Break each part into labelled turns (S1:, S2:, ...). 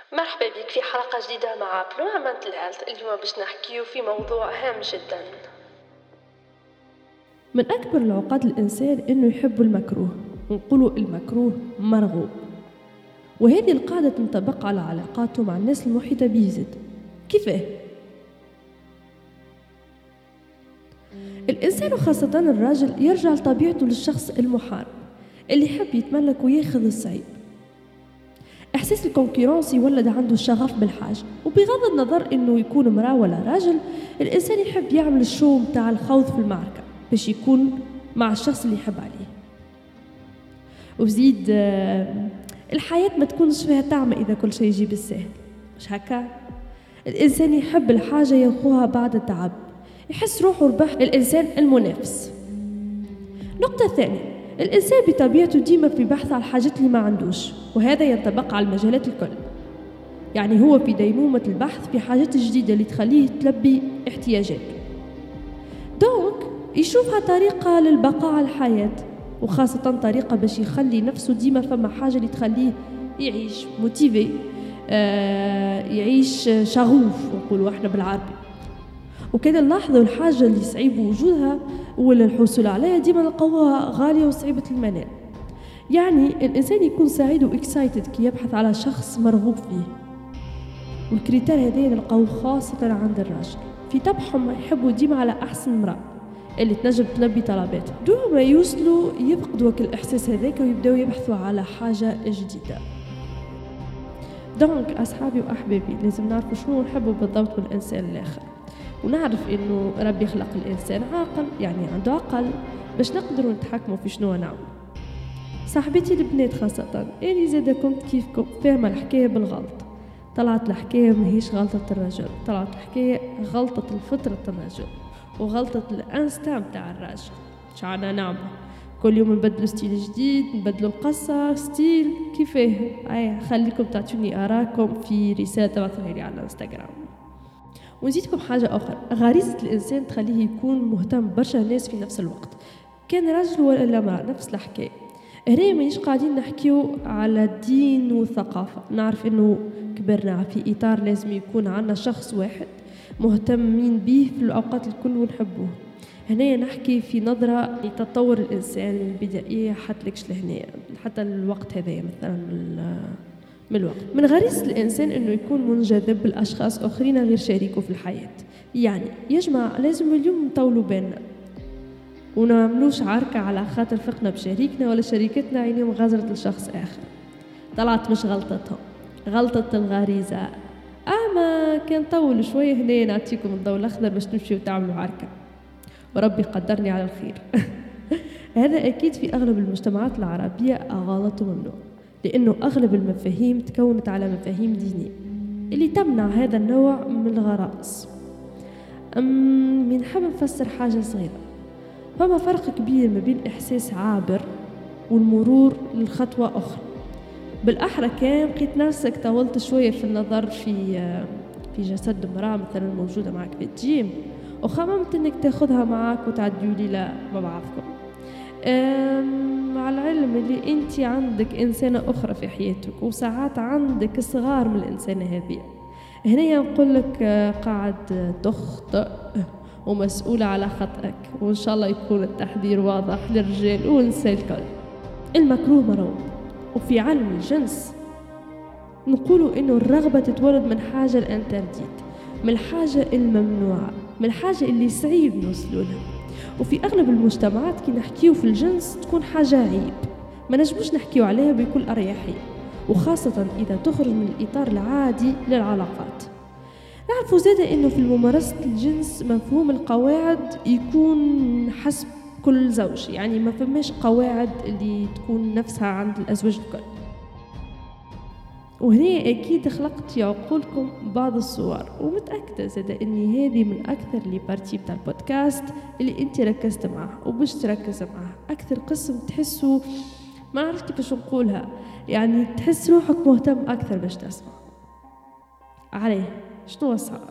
S1: مرحبا بك في حلقة جديدة مع بلو منتل هيلث. اليوم باش نحكيو في موضوع هام جدا.
S2: من أكبر العقد الإنسان إنه يحب المكروه، ونقولوا المكروه مرغوب، وهذه القاعدة تنطبق على علاقاته مع الناس المحيطة به زد. كيفاه؟ الإنسان وخاصة الراجل يرجع لطبيعته للشخص المحارب اللي يحب يتملك وياخذ الصعيب. إحساس الكونكورنسي يولد عنده الشغف بالحاجة، وبغض النظر إنه يكون امرأة ولا راجل، الإنسان يحب يعمل الشو متاع الخوض في المعركة باش يكون مع الشخص اللي يحب عليه. وزيد الحياة ما تكونش فيها طعمة إذا كل شيء يجي بالسهل، مش هكا؟ الإنسان يحب الحاجة ياخوها بعد التعب، يحس روحه ربح الإنسان المنافس. نقطة ثانية، الإنسان بطبيعته ديما في بحث على الحاجات اللي ما عندوش، وهذا ينطبق على المجالات الكل. يعني هو في ديمومة البحث في حاجات جديدة اللي تخليه تلبي احتياجاته، دونك يشوفها طريقة للبقاء على الحياة، وخاصة طريقة باش يخلي نفسه ديما فما حاجة اللي تخليه يعيش موتيفي، يعيش شغوف نقولوا احنا بالعربي. وكذا نلاحظوا الحاجة اللي صعيب وجودها ولا الحصول عليها ديما نلقوها غالية وصعيبة المنال. يعني الإنسان يكون سعيد وإكسايتد كي يبحث على شخص مرغوب فيه، والكريتير هذين نلقاوه خاصة عند الراجل. في طبعهم يحبوا ديما على أحسن امرأة اللي تنجم تلبي طلباتهم، دون ما يوصلوا يفقدوا الإحساس هذاك ويبدأوا يبحثوا على حاجة جديدة. دونك أصحابي وأحبابي لازم نعرفوا شنو نحبوا بالضبط من الإنسان الآخر، ونعرف إنه ربي خلق الإنسان عاقل، يعني عنده عقل باش نقدروا نتحكموا في شنو نعمل. صاحبتي البنات خاصة أنا زادا كنت كيفكم فاهمة الحكاية بالغلط. طلعت الحكاية ماهيش غلطة الرجل، طلعت الحكاية غلطة الفطرة الرجل وغلطة الانستام تاع الراجل. شعنا نعمل كل يوم نبدلوا ستيل جديد، نبدلوا القصة ستيل كيفاه. خليكم تعطوني آراءكم في رسالة تبعثوها لي على الانستغرام. ونزيدكم حاجة أخرى، غريزة الإنسان تخليه يكون مهتم برشا ناس في نفس الوقت، كان راجل ولا امرأة نفس الحكاية. هنا مانيش قاعدين نحكيو على الدين والثقافة، نعرف إنه كبرنا في إطار لازم يكون عنا شخص واحد مهتمين به في الأوقات الكل ونحبوه. هنا نحكي في نظرة لتطور الإنسان البدائية حتى الوقت هذا مثلا من الوقت. من غريزة الإنسان إنه يكون منجذب بالأشخاص آخرين غير شريكه في الحياة. يعني يجمع لازم اليوم نطولوا بيننا ونعملوش عركة على خاطر فقنا بشريكنا ولا شريكتنا عينيهم غزرت لشخص آخر. طلعت مش غلطتهم، غلطة الغريزة. أما كان طول شوية هنا نعطيكم الضوء الأخضر باش تمشيوا وتعملوا عركة، وربي قدرني على الخير. هذا أكيد في أغلب المجتمعات العربية غلط وممنوع، لأنه أغلب المفاهيم تكونت على مفاهيم دينية اللي تمنع هذا النوع من الغرائز. نحب نفسر حاجة صغيرة. فما فرق كبير ما بين إحساس عابر والمرور للخطوة أخرى. بالأحرى كان لقيت نفسك طولت شوية في النظر في جسد امرأة مثلا موجودة معك في الجيم، وخممت انك تاخذها معك وتعديوا ليلة مع بعضكم، مع العلم اللي انت عندك إنسانة أخرى في حياتك، وساعات عندك صغار من الإنسانة هذه. هنا نقول لك قاعد تخطئ ومسؤولة على خطأك، وإن شاء الله يكون التحذير واضح للرجال والنساء الكل. المكروه مرغوب، وفي عالم الجنس نقولوا إنه الرغبة تتولد من حاجة الانترديت، من الحاجة الممنوعة، من الحاجة اللي صعيب نوصلوا لها. وفي أغلب المجتمعات كي نحكيو في الجنس تكون حاجة عيب، ما نجموش نحكيو عليها بكل أريحية، وخاصة إذا تخرج من الإطار العادي للعلاقات. نعرفوا زادة إنه في ممارسة الجنس مفهوم القواعد يكون حسب كل زوج، يعني ما فماش قواعد اللي تكون نفسها عند الأزواج الكل. وهنا أكيد خلقت يعقولكم بعض الصور، ومتأكدة زادة إني هذه من أكثر اللي بارتي بتاع البودكاست اللي أنت ركزت معه وباش تركز معه. أكثر قسم تحسوا ما عرفت كيفاش نقولها، يعني تحس روحك مهتم أكثر باش تسمع عليه شنو صار.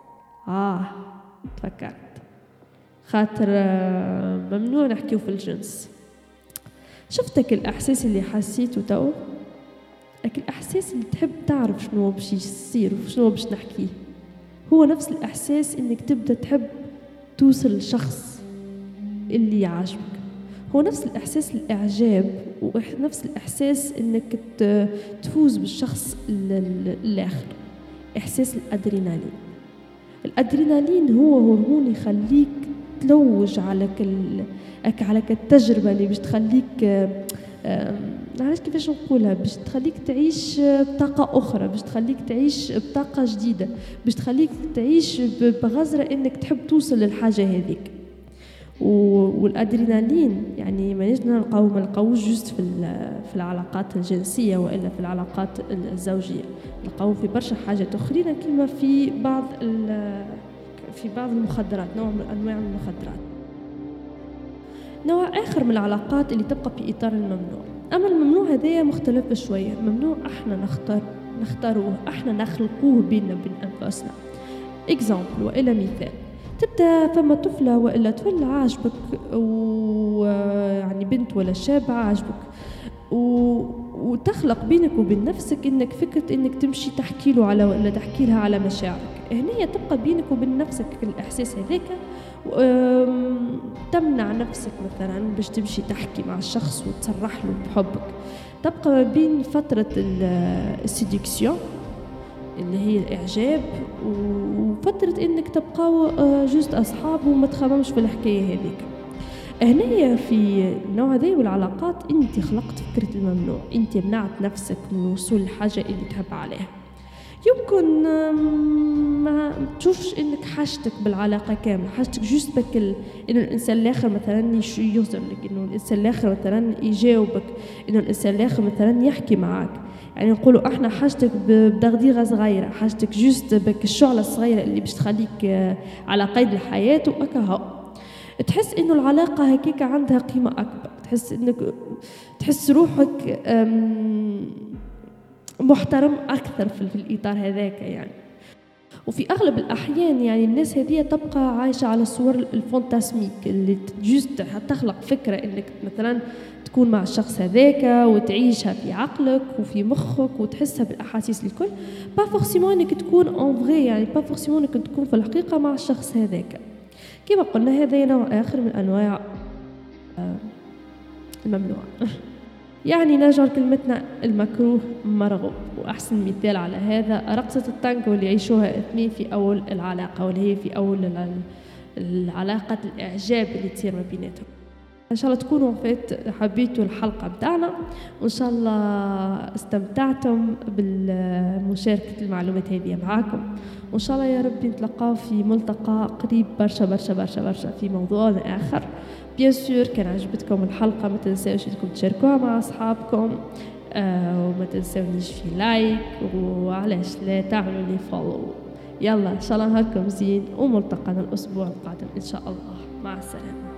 S2: تفكرت خاطر ممنوع نحكيو في الجنس. شفتك الأحساس اللي حسيته تو لكن الإحساس اللي تحب تعرف شنو باش يصير وشنو باش نحكيه هو نفس الإحساس إنك تبدأ تحب توصل للشخص اللي يعجبك، هو نفس الإحساس الإعجاب ونفس الإحساس إنك تفوز بالشخص الآخر، إحساس الأدرينالين. الأدرينالين هو هرمون يخليك تلوج على التجربة اللي باش تخليك معرفش كيفاش نقولها، باش تخليك تعيش بطاقة أخرى، باش تخليك تعيش بطاقة جديدة، باش تخليك تعيش بغزرة إنك تحب توصل للحاجة هذيك. والأدرينالين يعني ما نلقاوش جوست في العلاقات الجنسية وإلا في العلاقات الزوجية، نلقاوه في برشا حاجات أخرين كما في بعض المخدرات، نوع من أنواع المخدرات. نوع آخر من العلاقات اللي تبقى في إطار الممنوع، أما الممنوع هذايا مختلف شوية، الممنوع إحنا نختاروه، إحنا نخلقوه بيننا وبين أنفسنا. إكزامبل وإلا مثال، تبدأ فما طفلة وإلا طفل عاجبك، ويعني بنت ولا شاب عاجبك، وتخلق بينك وبين نفسك إنك فكرة إنك تمشي تحكي له على ولا تحكي لها على مشاعرك. هنا تبقى بينك وبين نفسك الإحساس هذاك، تمنع نفسك مثلا باش تمشي تحكي مع الشخص وتصرح له بحبك. تبقى ما بين فترة السيديكسيون اللي هي الإعجاب وفترة إنك تبقاو جوست أصحاب وما تخممش في الحكاية هذيك. هنا في النوع هذا والعلاقات أنت خلقت فكرة الممنوع، أنت منعت نفسك من وصول الحاجة اللي تحب عليها. يمكن ما تشوفش انك حاجتك بالعلاقه كامله، حاجتك جوست بك انه الانسان الاخر مثلا يظهر لك، انه الانسان الاخر مثلا يجاوبك، انه الانسان الاخر مثلا يحكي معك. يعني نقولوا احنا حاجتك بدغديغه صغيره، حاجتك جوست بك الشعله الصغيره اللي باش تخليك على قيد الحياه وأكاها. تحس انه العلاقه هكيك عندها قيمه اكبر، تحس روحك محترم أكثر في الإطار هذاك يعني. وفي أغلب الأحيان يعني الناس هذه تبقى عايشة على الصور الفانتاسميك اللي جوست تخلق فكرة إنك مثلا تكون مع الشخص هذاك وتعيشها في عقلك وفي مخك وتحسها بالأحاسيس الكل، با فورسيمون إنك تكون أون فغي، يعني با فورسيمون إنك تكون في الحقيقة مع الشخص هذاك. كما قلنا هذا نوع آخر من أنواع الممنوع. يعني نرجع كلمتنا المكروه مرغوب. وأحسن مثال على هذا رقصة التانجو اللي يعيشوها اثنين في أول العلاقة، واللي هي في أول العلاقة الإعجاب اللي تصير ما بيناتهم. إن شاء الله تكونوا حبيتوا الحلقة بتاعنا، وإن شاء الله استمتعتم بالمشاركة المعلومات هذه معاكم، وإن شاء الله يا رب نتلقاو في ملتقى قريب برشا برشا برشا برشا في موضوع آخر. بيان سور كان عجبتكم الحلقة ما تنساوش انكم تشاركوها مع أصحابكم، وما تنساونيش في لايك، وعلاش لا تعملوا لي فولو. يلا إن شاء الله نهاركم زين، وملتقانا الأسبوع القادم إن شاء الله. مع السلامة.